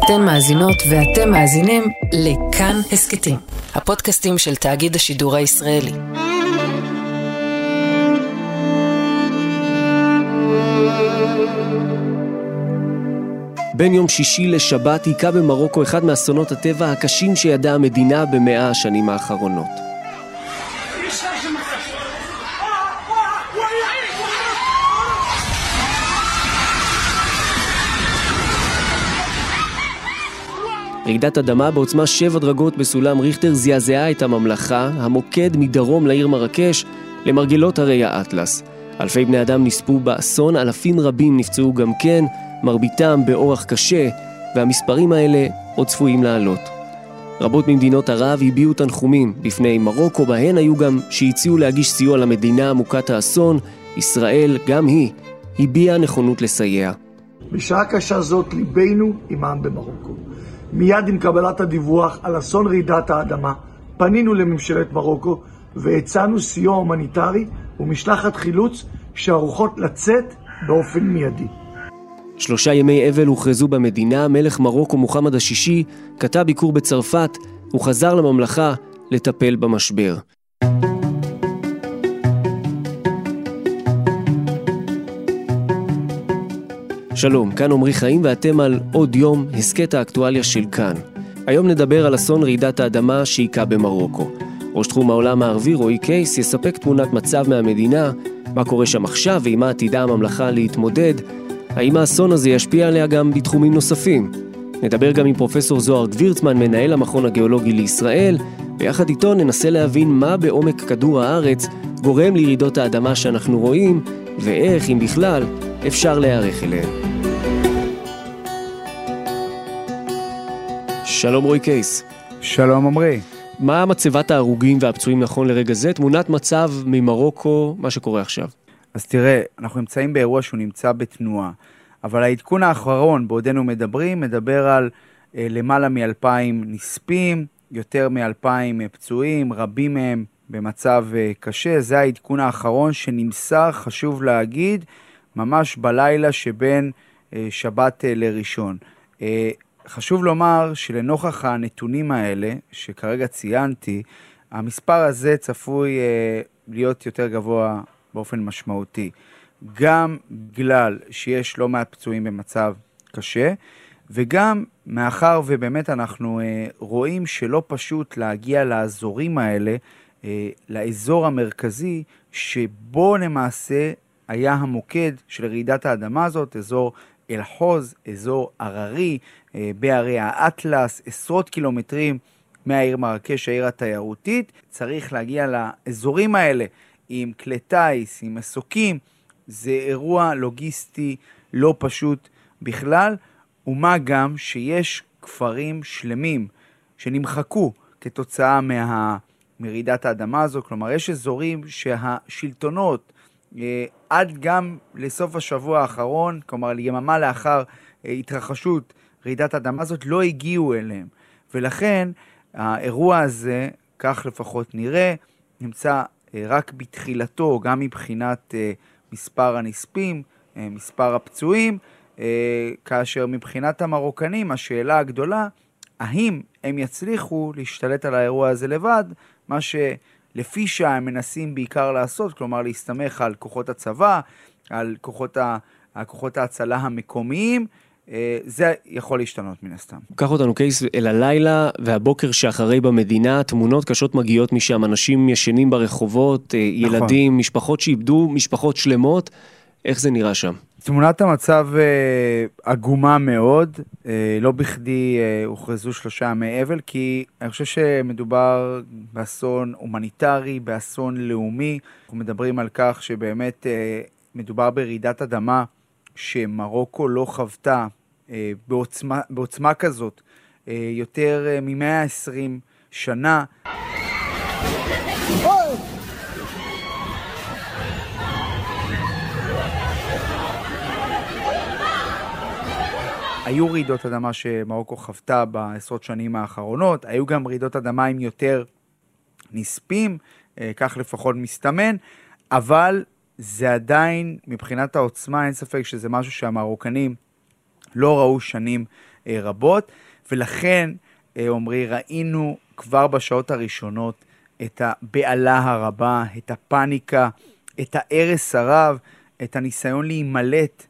אתן מאזינות ואתם מאזינים לכאן הסקטים, הפודקאסטים של תאגיד השידור הישראלי. בין יום שישי לשבת היכה במרוקו אחד מאסונות הטבע הקשים שידעה המדינה ב100 השנים האחרונות. רעידת אדמה בעוצמה 7 דרגות בסולם ריכטר זעזעה את הממלכה, המוקד מדרום לעיר מרקש, למרגלות הרי האטלס. אלפי בני אדם נספו באסון, אלפים רבים נפצעו גם כן, מרביתם באורח קשה, והמספרים האלה עוד צפויים לעלות. רבות ממדינות ערב הביעו תנחומים בפני מרוקו, בהן היו גם שהציעו להגיש סיוע למדינה מוכת האסון. ישראל, גם היא, הביעה נכונות לסייע. בשעה קשה זאת ליבנו עם העם במרוקו. מיד עם קבלת הדיווח על אסון רעידת האדמה, פנינו לממשלת מרוקו והצענו סיוע הומניטרי ומשלחת חילוץ שערוכות לצאת באופן מיידי. 3 ימי אבל הוכרזו במדינה. מלך מרוקו מוחמד השישי קטע ביקור בצרפת וחזר לממלכה לטפל במשבר. שלום, כאן עומרי חיים ואתם על עוד יום, הסקט האקטואליה של כאן. היום נדבר על אסון רעידת האדמה שהיכה במרוקו. ראש תחום העולם הערבי רועי קייס יספק תמונת מצב מהמדינה, מה קורה שם עכשיו ועם עתידה הממלכה להתמודד, האם האסון הזה ישפיע עליה גם בתחומים נוספים. נדבר גם עם פרופסור זוהר גבירצמן, מנהל המכון הגיאולוגי לישראל, ויחד איתו ננסה להבין מה בעומק כדור הארץ גורם לרעידות האדמה שאנחנו רואים, ואיך, אם בכלל, אפשר להיערך אליהן. שלום רועי קייס. שלום עומרי. מה מצבת ההרוגים והפצועים נכון לרגע זה? תמונת מצב ממרוקו, מה שקורה עכשיו. אז תראה, אנחנו נמצאים באירוע שהוא נמצא בתנועה, אבל העדכון האחרון בעודנו מדבר על למעלה מ2,000 נספים, יותר מ2,000 פצועים, רבים מהם במצב קשה. זה העדכון האחרון שנמסר, חשוב להגיד, ממש בלילה שבין שבת לראשון. חשוב לומר שלנוכח הנתונים האלה, שכרגע ציינתי, המספר הזה צפוי להיות יותר גבוה באופן משמעותי. גם בגלל שיש לא מעט פצועים במצב קשה, וגם מאחר ובאמת אנחנו רואים שלא פשוט להגיע לאזורים האלה, לאזור המרכזי, שבו למעשה היה המוקד של רעידת האדמה הזאת, אזור אל-חוז, אזור עררי, בערי האטלס, עשרות קילומטרים מהעיר מרקש, העיר התיירותית. צריך להגיע לאזורים האלה עם כלי טייס, עם מסוקים. זה אירוע לוגיסטי לא פשוט בכלל, ומה גם שיש כפרים שלמים שנמחקו כתוצאה מרעידת האדמה הזו. כלומר, יש אזורים שהשלטונות עד גם לסוף השבוע האחרון, כלומר ליממה לאחר התרחשות רעידת האדמה הזאת, לא הגיעו אליהם. ולכן האירוע הזה, כך לפחות נראה, נמצא רק בתחילתו, גם מבחינת מספר הנספים, מספר הפצועים, כאשר מבחינת המרוקנים השאלה הגדולה, האם הם יצליחו להשתלט על האירוע הזה לבד, מה שלפי שעה הם מנסים בעיקר לעשות, כלומר להסתמך על כוחות הצבא, על כוחות ההצלה המקומיים. זה יכול להשתנות מן הסתם. קח אותנו קייס אל הלילה והבוקר שאחרי במדינה, תמונות קשות מגיעות משם, אנשים ישנים ברחובות, ילדים, משפחות שאיבדו, משפחות שלמות. איך זה נראה שם? תמונת המצב עגומה מאוד, לא בכדי הוכרזו 3 ימי אבל, כי אני חושב שמדובר באסון הומניטרי, באסון לאומי. אנחנו מדברים על כך שבאמת מדובר ברעידת אדמה שמרוקו לא חוותה בעוצמה כזאת יותר מ-120 שנה. היו רעידות אדמה שמרוקו חוותה בעשרות שנים האחרונות, היו גם רעידות אדמה עם יותר נספים, כך לפחות מסתמן, אבל זה עדיין, מבחינת העוצמה, אין ספק שזה משהו שהמרוקנים לא ראו שנים רבות, ולכן, עומרי, ראינו כבר בשעות הראשונות את הבעלה הרבה, את הפאניקה, את ההרס הרב, את הניסיון להימלט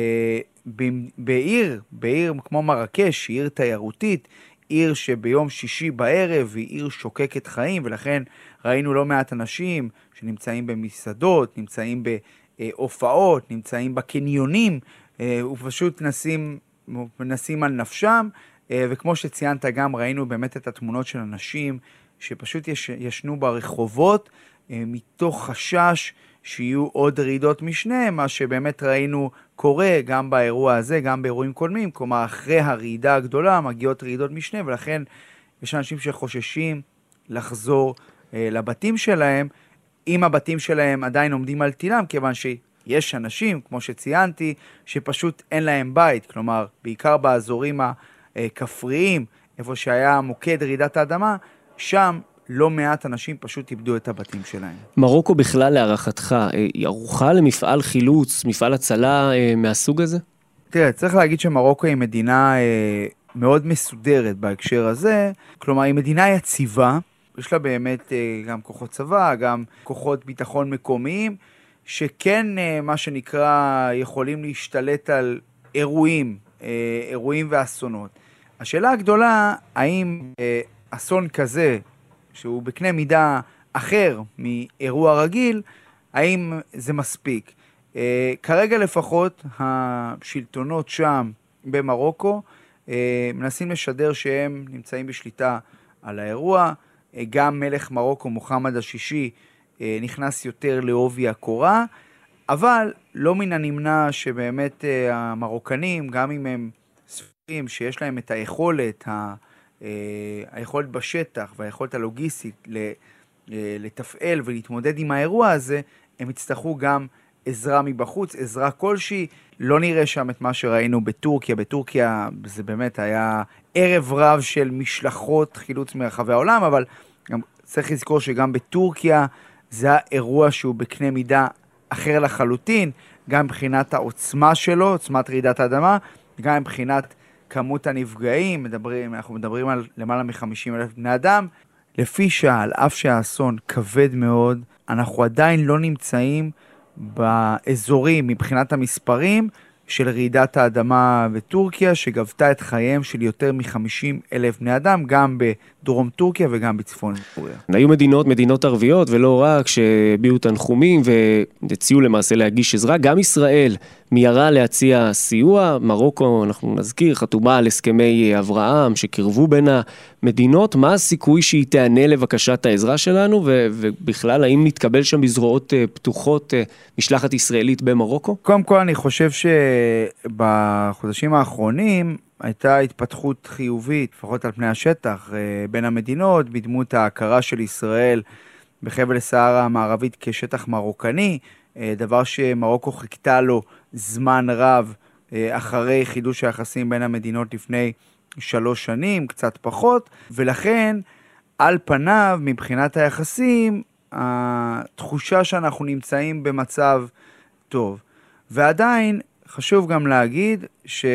בעיר כמו מרקש, עיר תיירותית, עיר שביום שישי בערב היא עיר שוקקת חיים, ולכן ראינו לא מעט אנשים שנמצאים במסעדות, נמצאים בהופעות, נמצאים בקניונים, ופשוט נסים על נפשם, וכמו שציינת גם ראינו באמת את התמונות של אנשים שפשוט ישנו ברחובות, מתוך חשש שיהיו עוד רעידות משנה, מה שבאמת ראינו קורה גם באירוע הזה, גם באירועים קודמים, כלומר אחרי הרעידה הגדולה מגיעות רעידות משנה, ולכן יש אנשים שחוששים לחזור לבתים שלהם, אם הבתים שלהם עדיין עומדים על תילם, כיוון שיש אנשים, כמו שציינתי, שפשוט אין להם בית, כלומר בעיקר באזורים הכפריים, איפה שהיה מוקד רעידת האדמה, שם לא מעט אנשים פשוט איבדו את הבתים שלהם. מרוקו בכלל להערכתך, היא ערוכה למפעל חילוץ, מפעל הצלה מהסוג הזה? תראה, צריך להגיד שמרוקו היא מדינה מאוד מסודרת בהקשר הזה, כלומר היא מדינה יציבה, יש לה באמת גם כוחות צבא, גם כוחות ביטחון מקומיים, שכן מה שנקרא יכולים להשתלט על אירועים ואסונות. השאלה הגדולה, האם אסון כזה, שהוא בקנה מידה אחר מאירוע רגיל, האם זה מספיק? כרגע לפחות השלטונות שם במרוקו מנסים לשדר שהם נמצאים בשליטה על האירוע, גם מלך מרוקו מוחמד השישי נכנס יותר לעובי הקורה, אבל לא מן הנמנע שבאמת המרוקנים, גם אם הם ספרים שיש להם את היכולת בשטח והיכולת הלוגיסטית לתפעל ולהתמודד עם האירוע הזה, הם יצטרכו גם עזרה מבחוץ, עזרה כלשהי. לא נראה שם את מה שראינו בטורקיה. בטורקיה זה באמת היה ערב רב של משלחות חילוץ מרחבי העולם, אבל גם צריך לזכור שגם בטורקיה זה האירוע שהוא בקנה מידה אחר לחלוטין, גם מבחינת העוצמה שלו, עוצמת רעידת האדמה, גם מבחינת כמות הנפגעים, אנחנו מדברים על למעלה מ-50,000 בני אדם. לפי שעל אף שהאסון כבד מאוד, אנחנו עדיין לא נמצאים באזורים מבחינת המספרים של רעידת האדמה בטורקיה, שגבתה את חייהם של יותר מ-50,000 בני אדם, גם בדרום טורקיה וגם בצפון סוריה. היו מדינות ערביות ולא רק שהביעו תנחומים והציעו למעשה להגיש עזרה, גם ישראל מיירה להציע סיוע. מרוקו, אנחנו נזכיר, חתומה על הסכמי אברהם שקרבו בין המדינות. מה הסיכוי שהיא תענה לבקשת העזרה שלנו, ובכלל האם נתקבל שם בזרועות פתוחות משלחת ישראלית במרוקו? קודם כל אני חושב שבחודשים האחרונים הייתה התפתחות חיובית, לפחות על פני השטח, בין המדינות, בדמות ההכרה של ישראל בחבל סהרה המערבית כשטח מרוקני, דבר שמרוקו חיכתה לו זמן רב אחרי חידוש היחסים בין המדינות לפני 3 שנים, קצת פחות, ולכן על פניו מבחינת היחסים, התחושה שאנחנו נמצאים במצב טוב. ועדיין חשוב גם להגיד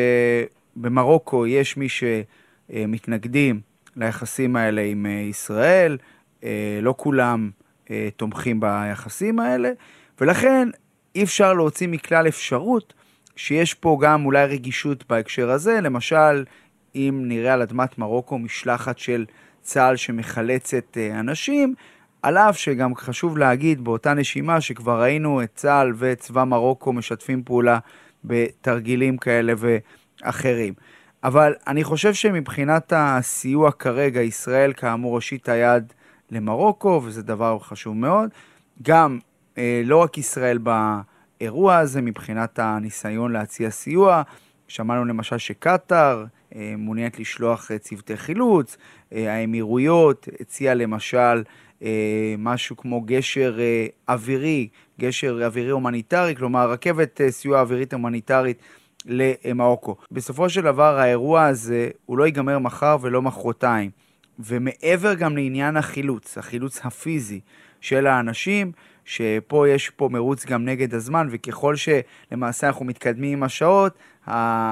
שבמרוקו יש מי שמתנגדים ליחסים האלה עם ישראל, לא כולם תומכים ביחסים האלה, ולכן אי אפשר להוציא מכלל אפשרות שיש פה גם אולי רגישות בהקשר הזה. למשל, אם נראה על אדמת מרוקו משלחת של צה"ל שמחלצת אנשים, על אף שגם חשוב להגיד באותה נשימה שכבר ראינו את צה"ל וצבא מרוקו משתפים פעולה בתרגילים כאלה ואחרים. אבל אני חושב שמבחינת הסיוע כרגע, ישראל כאמור הושיטה יד למרוקו, וזה דבר חשוב מאוד. גם לא רק ישראל באירוע הזה, מבחינת הניסיון להציע סיוע, שמענו למשל שקטר מעוניינת לשלוח צוותי חילוץ, האמירויות הציע למשל משהו כמו גשר אווירי הומניטרי, כלומר רכבת סיוע אווירית הומניטרית למרוקו. בסופו של דבר האירוע הזה הוא לא ייגמר מחר ולא מחרתיים, ומעבר גם לעניין החילוץ הפיזי של האנשים, שפה יש פה מרוץ גם נגד הזמן, וככל שלמעשה אנחנו מתקדמים עם השעות,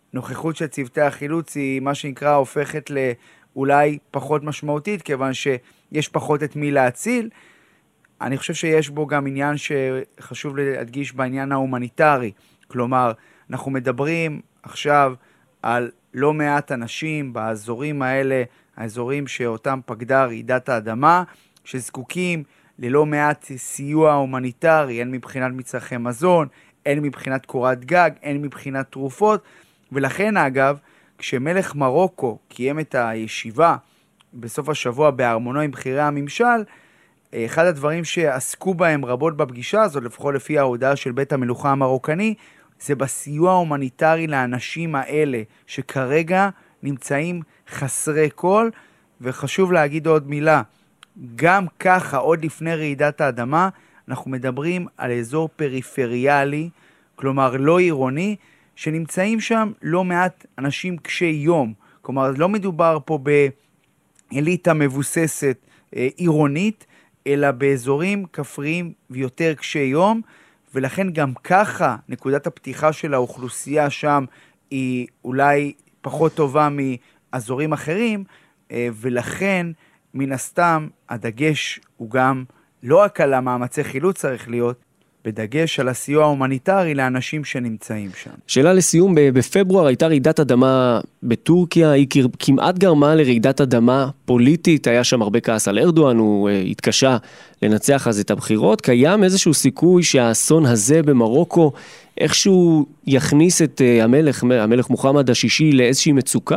הנוכחות של צוותי החילוץ היא מה שנקרא הופכת לאולי פחות משמעותית, כיוון שיש פחות את מי להציל. אני חושב שיש בו גם עניין שחשוב להדגיש בעניין ההומניטרי. כלומר, אנחנו מדברים עכשיו על לא מעט אנשים באזורים האלה, האזורים שאותם פקדה רעידת האדמה, שזקוקים ללא מעט סיוע הומניטרי, הן מבחינת מצרכי מזון, הן מבחינת קורת גג, הן מבחינת תרופות, ולכן אגב, כשמלך מרוקו קיים את הישיבה בסוף השבוע בארמונו עם בכירי הממשל, אחד הדברים שעסקו בהם רבות בפגישה הזאת, לפחות לפי ההודעה של בית המלוכה המרוקני, זה בסיוע ההומניטרי לאנשים האלה, שכרגע נמצאים חסרי כל, וחשוב להגיד עוד מילה, גם ככה, עוד לפני רעידת האדמה, אנחנו מדברים על אזור פריפריאלי, כלומר לא עירוני, שנמצאים שם לא מעט אנשים קשי יום. כלומר, לא מדובר פה באליטה מבוססת עירונית, אלא באזורים כפריים ויותר קשי יום, ולכן גם ככה נקודת הפתיחה של האוכלוסייה שם היא אולי פחות טובה מאזורים אחרים, ולכן מן הסתם הדגש הוא גם לא רק על המאמצי חילוץ צריך להיות, בדגש על הסיוע ההומניטרי לאנשים שנמצאים שם. שאלה לסיום, בפברואר הייתה רעידת אדמה בטורקיה, היא כמעט גרמה לרעידת אדמה פוליטית, היה שם הרבה כעס על ארדואן, הוא התקשה לנצח אז את הבחירות, קיים איזשהו סיכוי שהאסון הזה במרוקו, איכשהו יכניס את המלך מוחמד השישי לאיזושהי מצוקה?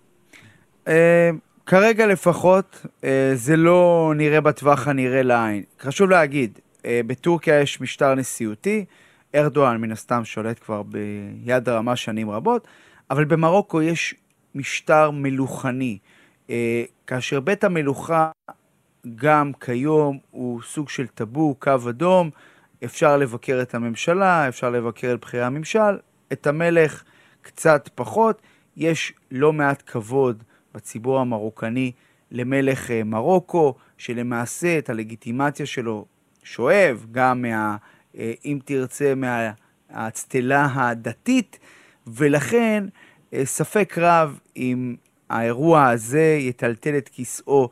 כרגע לפחות זה לא נראה בטווח הנראה לעין. חשוב להגיד, בטורקיה יש משטר נשיאותי, ארדואן מן הסתם שולט כבר ביד רמה שנים רבות, אבל במרוקו יש משטר מלוכני, כאשר בית המלוכה גם כיום הוא סוג של טאבו, קו אדום, אפשר לבקר את הממשלה, אפשר לבקר את בכירי הממשל, את המלך קצת פחות, יש לא מעט כבוד בציבור המרוקני למלך מרוקו, שלמעשה את הלגיטימציה שלו שואב גם אם תרצה מהצטלה הדתית, ולכן ספק רב אם האירוע הזה יטלטל את כיסאו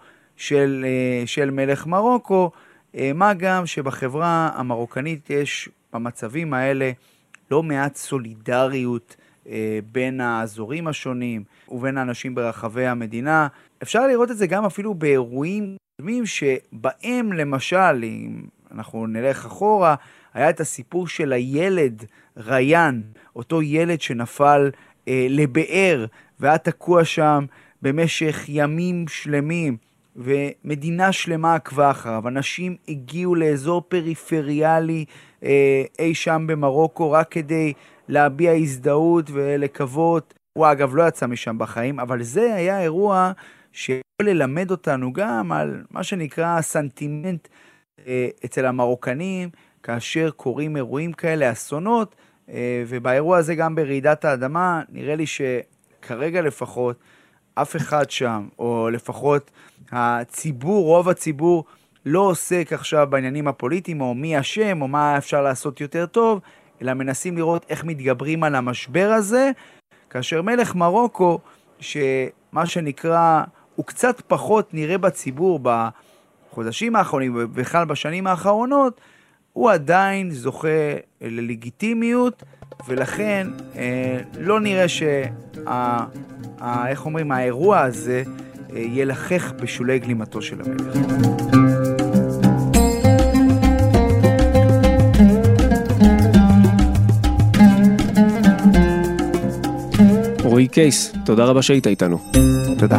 של מלך מרוקו, מה גם שבחברה המרוקנית יש במצבים האלה לא מעט סולידריות בין האזורים השונים ובין האנשים ברחבי המדינה. אפשר לראות את זה גם אפילו באירועים שבהם למשל, אם אנחנו נלך אחורה, היה את הסיפור של הילד ריין, אותו ילד שנפל לבאר והיה תקוע שם במשך ימים שלמים, ומדינה שלמה עקבה אחריו. אנשים הגיעו לאזור פריפריאלי אי שם במרוקו רק כדי להביע הזדהות ולקוות. הוא אגב לא יצא משם בחיים, אבל זה היה אירוע שיכול ללמד אותנו גם על מה שנקרא סנטימנט אצל המרוקנים, כאשר קוראים אירועים כאלה, אסונות, ובאירוע הזה גם ברעידת האדמה, נראה לי שכרגע לפחות אף אחד שם, או לפחות הציבור, רוב הציבור, לא עוסק עכשיו בעניינים הפוליטיים, או מי אשם, או מה אפשר לעשות יותר טוב, אלא מנסים לראות איך מתגברים על המשבר הזה, כאשר מלך מרוקו, שמה שנקרא, הוא קצת פחות נראה בציבור בחודשים האחרונים, ובכלל בשנים האחרונות, הוא עדיין זוכה ללגיטימיות, ולכן לא נראה איך אומרים, האירוע הזה ילחך בשולי גלימתו של המלך. רועי קייס, תודה רבה שהיית איתנו. תודה.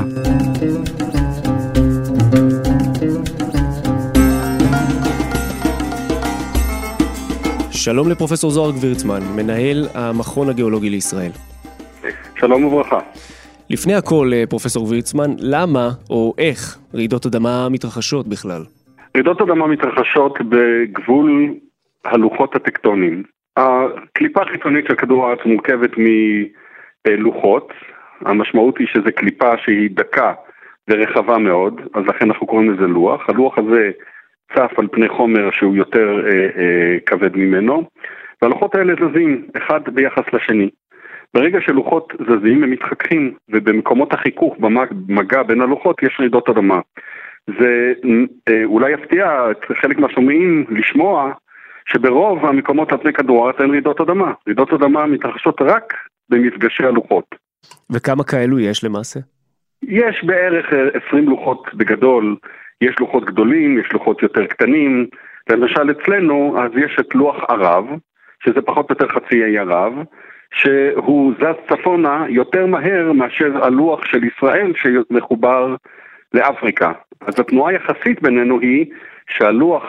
שלום לפרופסור זוהר גבירצמן, מנהל המכון הגיאולוגי לישראל. שלום וברכה. לפני הכל, פרופסור גבירצמן, למה או איך רעידות אדמה מתרחשות בכלל? רעידות אדמה מתרחשות בגבול הלוחות הטקטוניים. הקליפה החיצונית של כדור הארץ מורכבת מלוחות. המשמעות היא שזה קליפה שהיא דקה ורחבה מאוד, אז לכן אנחנו קוראים לזה לוח. הלוח הזה צף על פני חומר שהוא יותר כבד ממנו, והלוחות האלה זזים אחד ביחס לשני. ברגע שלוחות זזים הם מתחככים, ובמקומות החיכוך במגע בין הלוחות יש רעידות אדמה. זה אולי יפתיע את חלק מהשומעים לשמוע שברוב המקומות על פני כדור הארץ אין רעידות אדמה. רעידות אדמה מתרחשות רק במפגשי הלוחות. וכמה כאלו יש למעשה? יש בערך 20 לוחות בגדול, יש לוחות גדולים, יש לוחות יותר קטנים. למשל אצלנו אז יש את לוח ערב, שזה פחות או יותר חצי האי ערב, שהוא זז צפונה יותר מהר מאשר הלוח של ישראל שמחובר לאפריקה. אז התנועה יחסית בינינו היא שהלוח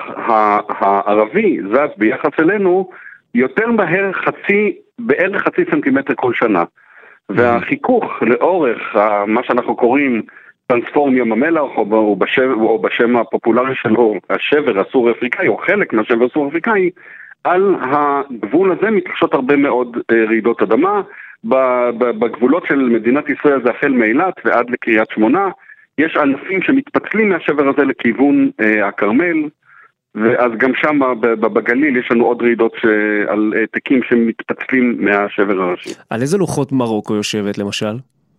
הערבי זז ביחס אלינו יותר מהר בערך חצי סנטימטר כל שנה. והחיכוך לאורך מה שאנחנו קוראים טרנספורם ים המלח, או בשם הפופולרי שלו, השבר הסורי-אפריקאי, או חלק מהשבר הסורי-אפריקאי, על הגבול הזה מתרחשות הרבה מאוד רעידות אדמה. בגבולות של מדינת ישראל זה החל מאילת ועד לקריית שמונה, יש ענפים שמתפצלים מהשבר הזה לכיוון הכרמל, ואז גם שם בגליל יש לנו עוד רעידות על העתקים שמתפצלים מהשבר הראשי. על איזה לוחות מרוקו יושבת למשל?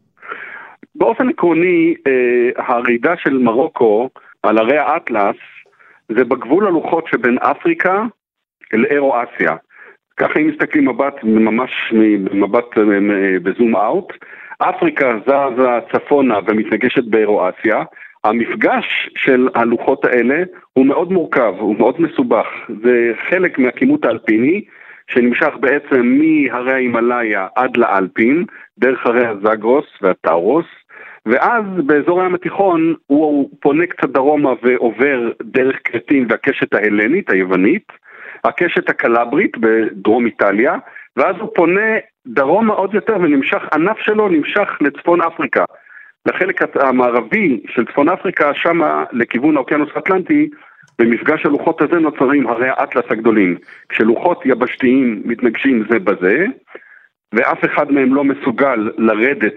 באופן עקרוני, הרעידה של מרוקו על הרי האטלס זה בגבול הלוחות שבין אפריקה לאירו-אסיה. ככה אם מסתכלים ממש מבט בזום אאוט, אפריקה זזה צפונה ומתנגשת באירו-אסיה. המפגש של הלוחות האלה הוא מאוד מורכב, הוא מאוד מסובך. זה חלק מהכימות האלפיני, שנמשך בעצם מהרי ההימלאיה עד לאלפין, דרך הרי הזגרוס והטאורוס, ואז באזור הים התיכון הוא פונה קצת דרומה ועובר דרך קרטין והקשת ההלנית, היוונית, הקשת הקלברית בדרום איטליה, ואז הוא פונה דרומה עוד יותר ונמשך, ענף שלו נמשך לצפון אפריקה. לחלק המערבי של צפון אפריקה, שמה לכיוון האוקיינוס האטלנטי, במפגש הלוחות הזה נוצרים הרי האטלס הגדולים. כשלוחות יבשתיים מתנגשים זה בזה, ואף אחד מהם לא מסוגל לרדת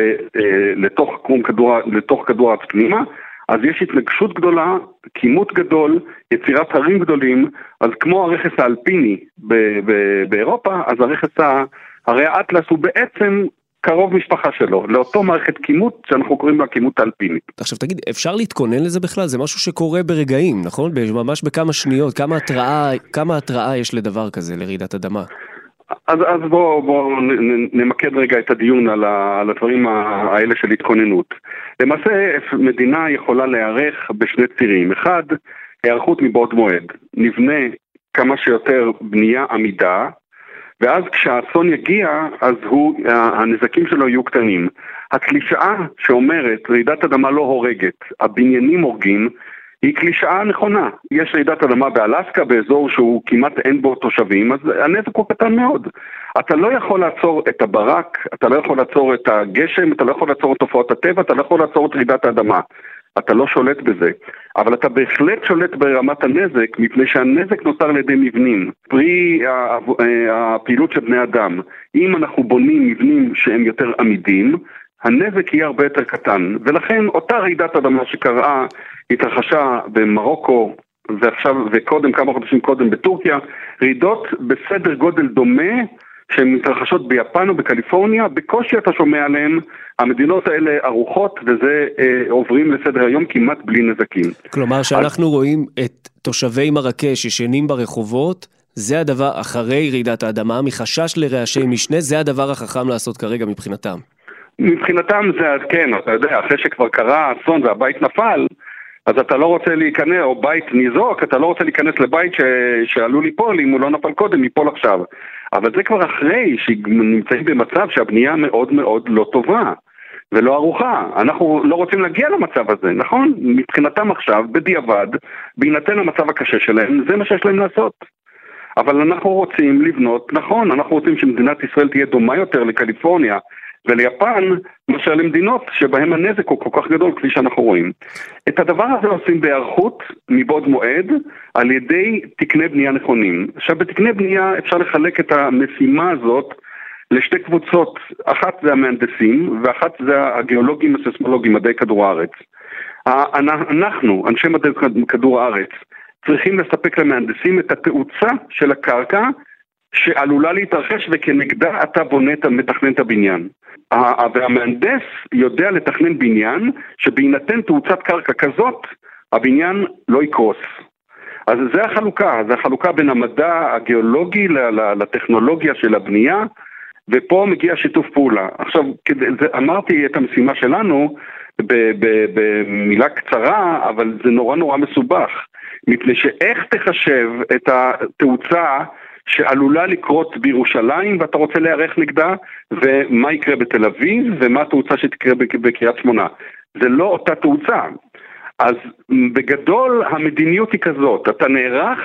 לתוך כדור הארץ פנימה, אז יש התנגשות גדולה, כימות גדול, יצירת הרים גדולים, אז כמו הרכס האלפיני באירופה, אז הרי האטלס הוא בעצם קרוב משפחה שלו, לאותו מערכת כימות שאנחנו קוראים לה כימות האלפינית. עכשיו תגיד, אפשר להתכונן לזה בכלל? זה משהו שקורה ברגעים, נכון? ממש בכמה שניות, כמה התראה יש לדבר כזה, לרעידת אדמה? אז בואו נמקד רגע את הדיון על הדברים האלה של התכוננות. למעשה, מדינה יכולה להיערך בשני צירים. אחד, היערכות מבעוד מועד. נבנה כמה שיותר בנייה עמידה, ואז כשהאסון יגיע, אז הנזקים שלו יהיו קטנים. הקלישאה שאומרת, רעידת אדמה לא הורגת, הבניינים הורגים, היא קלישאה נכונה. יש רעידת אדמה באלסקה, באזור שהוא כמעט אין בו תושבים, אז הנזק הוא קטן מאוד. אתה לא יכול לעצור את הברק, אתה לא יכול לעצור את הגשם, אתה לא יכול לעצור את תופעות הטבע, אתה לא יכול לעצור את רעידת האדמה. אתה לא שולט בזה. אבל אתה בהחלט שולט ברמת הנזק, מפני שהנזק נוצר על ידי מבנים. פרי הפעילות של בני אדם. אם אנחנו בונים מבנים שהם יותר עמידים, הנזק יהיה הרבה יותר קטן. ולכן אותה רעידת אדמה שקראה, התרחשה במרוקו, וקודם, כמה חודשים קודם בטורקיה, רעידות בסדר גודל דומה, שהן מתרחשות ביפן או בקליפורניה, בקושי אתה שומע עליהן, המדינות האלה ערוכות, וזה עוברים לסדר היום כמעט בלי נזקים. כלומר שאנחנו רואים את תושבי מרקש ישנים ברחובות, זה הדבר אחרי רעידת האדמה, מחשש לרעשי משנה, זה הדבר החכם לעשות כרגע מבחינתם. מבחינתם זה, כן, אתה יודע, אחרי שכבר קרה אסון והבית נפל, אז אתה לא רוצה להיכנס, או בית ניזוק, אתה לא רוצה להיכנס לבית שעלול ליפול, אם הוא לא נפל קודם, ליפול עכשיו. אבל זה כבר אחרי שנמצאים במצב שהבנייה מאוד מאוד לא טובה, ולא ערוכה. אנחנו לא רוצים להגיע למצב הזה, נכון? מבחינתם עכשיו, בדיעבד, בהינתן המצב הקשה שלהם, זה מה שיש להם לעשות. אבל אנחנו רוצים לבנות, נכון, אנחנו רוצים שמדינת ישראל תהיה דומה יותר לקליפורניה, וליפן, למשל למדינות שבהם הנזק הוא כל כך גדול כפי שאנחנו רואים. את הדבר הזה עושים בהיערכות מבעוד מועד על ידי תקני בנייה נכונים. עכשיו בתקני בנייה אפשר לחלק את המשימה הזאת לשתי קבוצות, אחת זה המהנדסים ואחת זה הגיאולוגים הססמולוגים, מדעי כדור הארץ. אנחנו, אנשי מדעי כדור הארץ, צריכים לספק למהנדסים את התאוצה של הקרקע שעלולה להתרחש וכנגדה אתה בונה מתכנן את הבניין. והמהנדס יודע לתכנן בניין שבהינתן תאוצת קרקע כזאת, הבניין לא יקרוס. אז זה החלוקה בין המדע הגיאולוגי לטכנולוגיה של הבנייה, ופה מגיע שיתוף פעולה. עכשיו, אמרתי את המשימה שלנו במילה קצרה, אבל זה נורא מסובך, מפני שאיך תחשב את התאוצה שעלולה לקרות בירושלים ואתה רוצה להיערך נגדה, ומה יקרה בתל אביב, ומה התאוצה שתקרה בקריית שמונה. זה לא אותה תאוצה. אז בגדול המדיניות היא כזאת, אתה נערך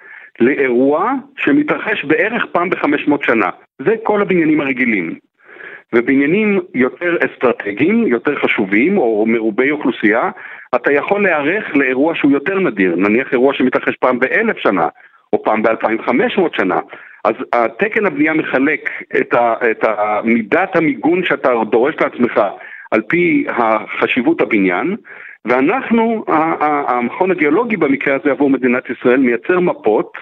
לאירוע שמתרחש בערך פעם ב-500 שנה. זה כל הבניינים הרגילים. ובניינים יותר אסטרטגיים, יותר חשובים, או מרובי אוכלוסייה, אתה יכול להיערך לאירוע שהוא יותר נדיר, נניח אירוע שמתרחש פעם ב-1000 שנה, או פעם ב-2500 שנה. אז התקן הבנייה מחלק את מידת המיגון שאתה דורש לעצמך על פי החשיבות הבניין, ואנחנו, המכון הגיאולוגי במקרה הזה עבור מדינת ישראל, מייצר מפות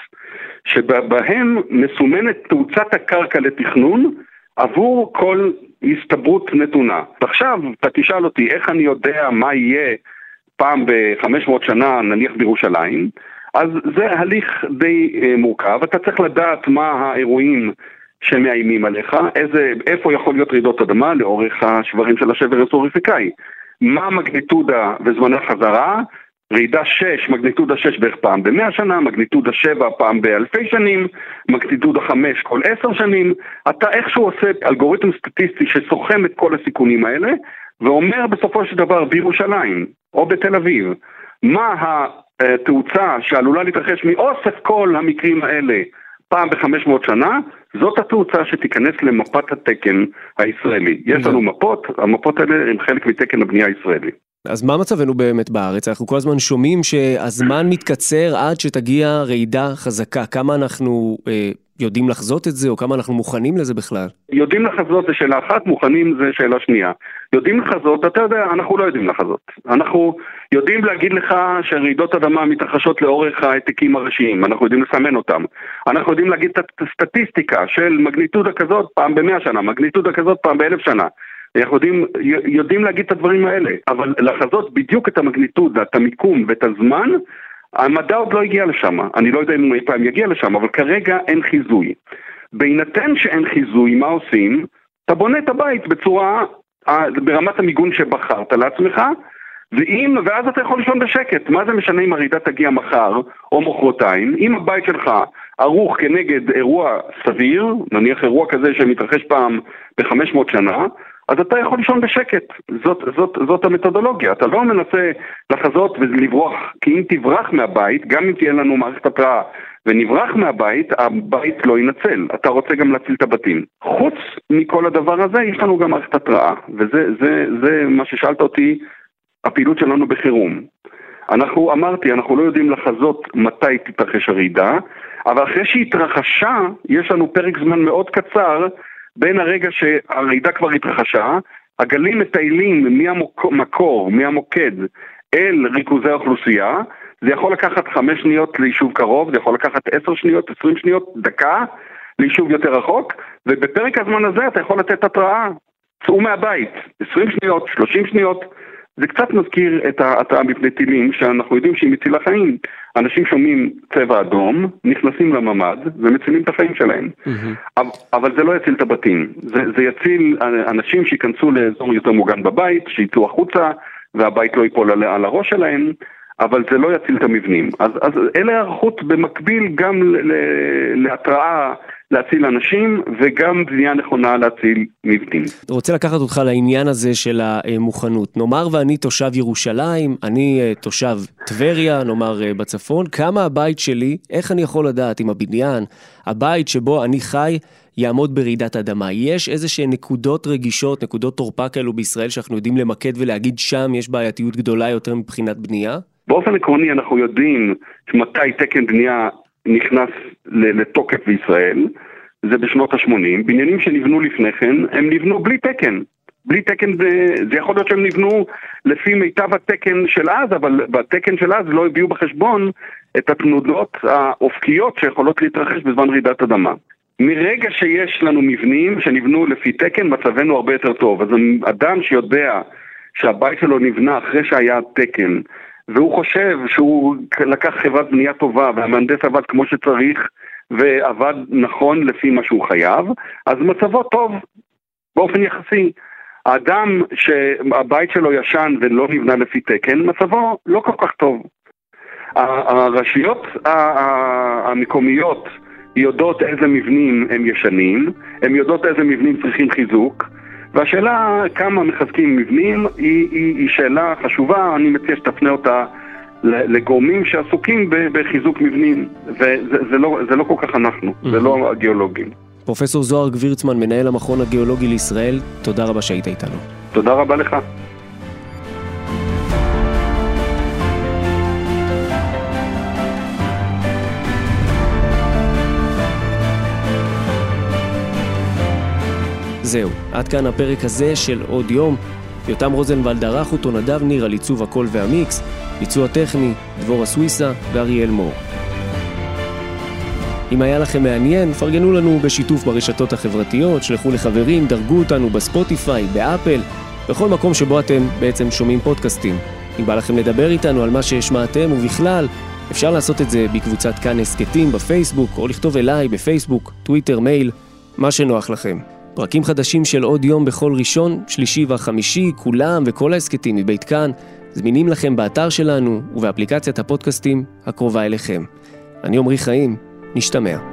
שבהם מסומנת תאוצת הקרקע לתכנון עבור כל הסתברות נתונה. עכשיו, אתה תשאל אותי איך אני יודע מה יהיה פעם ב-500 שנה נניח בירושלים, אז זה הליך די מורכב, אתה צריך לדעת מה האירועים שמאיימים עליך, איפה יכול להיות רעידות אדמה לאורך השברים של השבר הסוריפיקאי, מה המגניטודה וזמן החזרה, רעידה 6, מגניטודה 6 בערך פעם ב-100 שנה, מגניטודה 7 פעם באלפי שנים, מגניטודה 5 כל 10 שנים, אתה איכשהו עושה אלגוריתם סטטיסטי שסוכם את כל הסיכונים האלה, ואומר בסופו של דבר בירושלים או בתל אביב, מה התאוצה שעלולה להתרחש מאוסף כל המקרים האלה פעם ב-500 שנה, זאת התאוצה שתיכנס למפת התקן הישראלי. יש לנו מפות, המפות האלה הן חלק מתקן הבנייה הישראלי. אז מה מצבנו באמת בארץ? אנחנו כל הזמן שומעים שהזמן מתקצר עד שתגיע רעידה חזקה. כמה אנחנו יודעים לחזות את זה, או כמה אנחנו מוכנים לזה בכלל? יודעים לחזות זה שאלה אחת, מוכנים זה שאלה שנייה. יודעים לחזות, אתה יודע, אנחנו לא יודעים לחזות. אנחנו יודעים להגיד לך שרעידות אדמה מתרחשות לאורך העתקים הראשיים, אנחנו יודעים לסמן אותם. אנחנו יודעים להגיד את הסטטיסטיקה של מגניטודה כזאת פעם ב-100 שנה, מגניטודה כזאת פעם ב-1000 שנה. אנחנו יודעים להגיד את הדברים האלה, אבל לחזות בדיוק את המגניטודה, את המיקום ואת הזמן, המדע עוד לא הגיע לשם. אני לא יודע אם אי פעם יגיע לשם, אבל כרגע אין חיזוי. בהינתן שאין חיזוי, מה עושים? אתה בונה את הבית ברמת המיגון שבחרת לעצמך, ואז אתה יכול לישון בשקט. מה זה משנה אם הרעידה תגיע מחר או מחרתיים? אם הבית שלך ערוך כנגד אירוע סביר, נניח אירוע כזה שמתרחש פעם ב-500 שנה, אז אתה יכול לישון בשקט. זאת המתודולוגיה. אתה לא מנסה לחזות ולברוח, כי אם תברח מהבית, גם אם תהיה לנו מערכת התראה ונברח מהבית, הבית לא ינצל. אתה רוצה גם להציל את הבתים. חוץ מכל הדבר הזה, יש לנו גם מערכת התראה, וזה מה ששאלת אותי, הפעילות שלנו בחירום. אנחנו לא יודעים לחזות מתי תתרחש הרעידה, אבל אחרי שהתרחשה, יש לנו פרק זמן מאוד קצר, בין הרגע שהרעידה כבר התרחשה, הגלים מטיילים מהמקור, מהמוקד, אל ריכוזי האוכלוסייה, זה יכול לקחת 5 שניות ליישוב קרוב, זה יכול לקחת 10 שניות, 20 שניות, דקה, ליישוב יותר רחוק, ובפרק הזמן הזה אתה יכול לתת התראה, צאו מהבית, 20 שניות, 30 שניות, זה קצת מזכיר את ההתראה מפני טילים, שאנחנו יודעים שהיא מצילה חיים. אנשים שומעים צבע אדום, נכנסים לממד ומצילים את החיים שלהם. אבל זה לא יציל את הבתים. זה יציל אנשים שיכנסו לאזור יותר מוגן בבית, שיצאו החוצה, והבית לא ייפול על הראש שלהם, אבל זה לא יציל את המבנים. אז אלה הערכות במקביל גם להתראה להציל אנשים, וגם בנייה נכונה להציל מבנים. רוצה לקחת אותך לעניין הזה של המוכנות. נאמר ואני תושב ירושלים, אני תושב טבריה, נאמר בצפון, כמה הבית שלי, איך אני יכול לדעת אם הבניין, הבית שבו אני חי, יעמוד ברעידת אדמה? יש איזושהי נקודות רגישות, נקודות תורפה כאלו בישראל, שאנחנו יודעים למקד ולהגיד שם יש בעייתיות גדולה יותר מבחינת בנייה? באופן עקרוני אנחנו יודעים מתי תקן בנייה נכנס לתוקף בישראל, זה בשנות ה-80, בניינים שנבנו לפני כן, הם נבנו בלי תקן. בלי תקן, זה יכול להיות שהם נבנו לפי מיטב התקן של אז, אבל בתקן של אז לא הביאו בחשבון את התנודות האופקיות שיכולות להתרחש בזמן רעידת אדמה. מרגע שיש לנו מבנים שנבנו לפי תקן, מצבנו הרבה יותר טוב. אז אדם שיודע שהבית שלו נבנה אחרי שהיה תקן, והוא חושב שהוא לקח חברת בנייה טובה, והמהנדס עבד כמו שצריך, ועבד נכון לפי מה שהוא חייב, אז מצבו טוב באופן יחסי. האדם שהבית שלו ישן ולא נבנה לפי תקן, מצבו לא כל כך טוב. הרשויות המקומיות יודעות איזה מבנים הם ישנים, הם יודעות איזה מבנים צריכים חיזוק, והשאלה כמה מחזקים מבנים היא שאלה חשובה. אני מציע שתפנה אותה לגורמים שעסוקים בחיזוק מבנים, וזה לא כל כך אנחנו, זה לא הגיאולוגים. פרופסור זוהר גבירצמן, מנהל המכון הגיאולוגי לישראל, תודה רבה שהיית איתנו. תודה רבה לך. זהו, עד כאן הפרק הזה של עוד יום. יותם רוזנבלד ערך אותו, נדב ניר על עיצוב הקול והמיקס, ביצוע טכני, דבורה סוויסה ואריאל מור. אם היה לכם מעניין, פרגנו לנו בשיתוף ברשתות החברתיות, שלחו לחברים, דרגו אותנו בספוטיפיי, באפל, בכל מקום שבו אתם בעצם שומעים פודקאסטים. אם בא לכם לדבר איתנו על מה שהשמעתם ובכלל, אפשר לעשות את זה בקבוצת כאן הסקטים בפייסבוק, או לכתוב אליי בפייסבוק, טוויטר, מייל, מה שנוח לכם. פרקים חדשים של עוד יום בכל ראשון, שלישי וחמישי, כולם וכל ההסקטים מבית כאן, זמינים לכם באתר שלנו ובאפליקציית הפודקאסטים הקרובה אליכם. אני עמרי חיים, נשתמע.